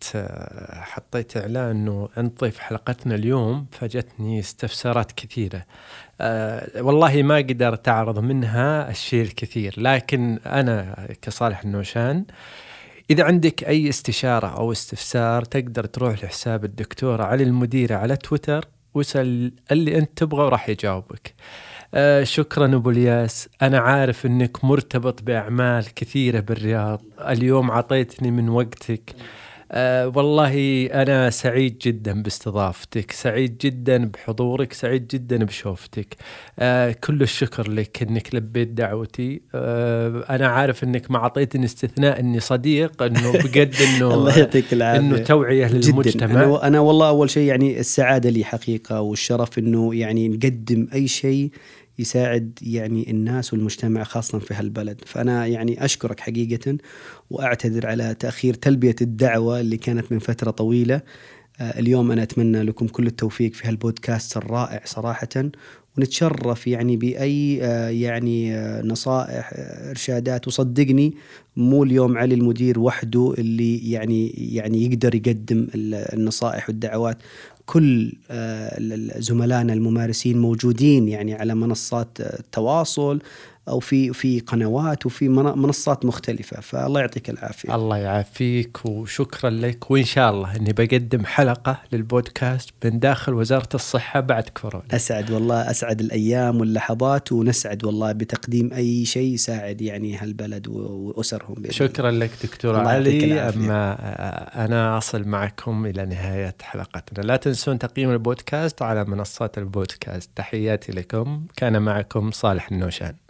حطيت إعلان أنه أنت ضيف حلقتنا اليوم، فجتني استفسارات كثيرة. آه والله ما قدرت أعرض منها الشيء الكثير، لكن أنا كصالح النوشان إذا عندك أي استشارة أو استفسار تقدر تروح لحساب الدكتورة علي المديرة على تويتر وسأل اللي أنت تبغى وراح يجاوبك. آه شكرا أبو الياس، أنا عارف أنك مرتبط بأعمال كثيرة بالرياض، اليوم عطيتني من وقتك. أه والله أنا سعيد جدا باستضافتك، سعيد جدا بحضورك، سعيد جدا بشوفتك. أه كل الشكر لك أنك لبيت دعوتي. أه أنا عارف أنك ما عطيتني استثناء أني صديق، أنه بجد أنه الله يعطيك العافية، أنه توعية للمجتمع. أنا, أنا والله أول شيء يعني السعادة لي حقيقة والشرف أنه يعني نقدم أي شيء يساعد يعني الناس والمجتمع خاصة في هالبلد. فأنا يعني أشكرك حقيقة، وأعتذر على تأخير تلبية الدعوة اللي كانت من فترة طويلة. اليوم أنا أتمنى لكم كل التوفيق في هالبودكاست الرائع صراحة، ونتشرف يعني بأي يعني نصائح إرشادات. وصدقني مو اليوم علي المدير وحده اللي يعني يعني يقدر يقدم النصائح والدعوات. كل زملائنا الممارسين موجودين يعني على منصات التواصل أو في في قنوات وفي منصات مختلفة. فالله يعطيك العافية. الله يعافيك وشكرا لك، وإن شاء الله أني بقدم حلقة للبودكاست من داخل وزارة الصحة بعد كورونا. أسعد والله، أسعد الأيام واللحظات، ونسعد والله بتقديم أي شيء يساعد يعني هالبلد وأسرهم. شكرا لك دكتور علي. أما أنا أصل معكم إلى نهاية حلقتنا. لا تنسون تقييم البودكاست على منصات البودكاست. تحياتي لكم، كان معكم صالح النوشان.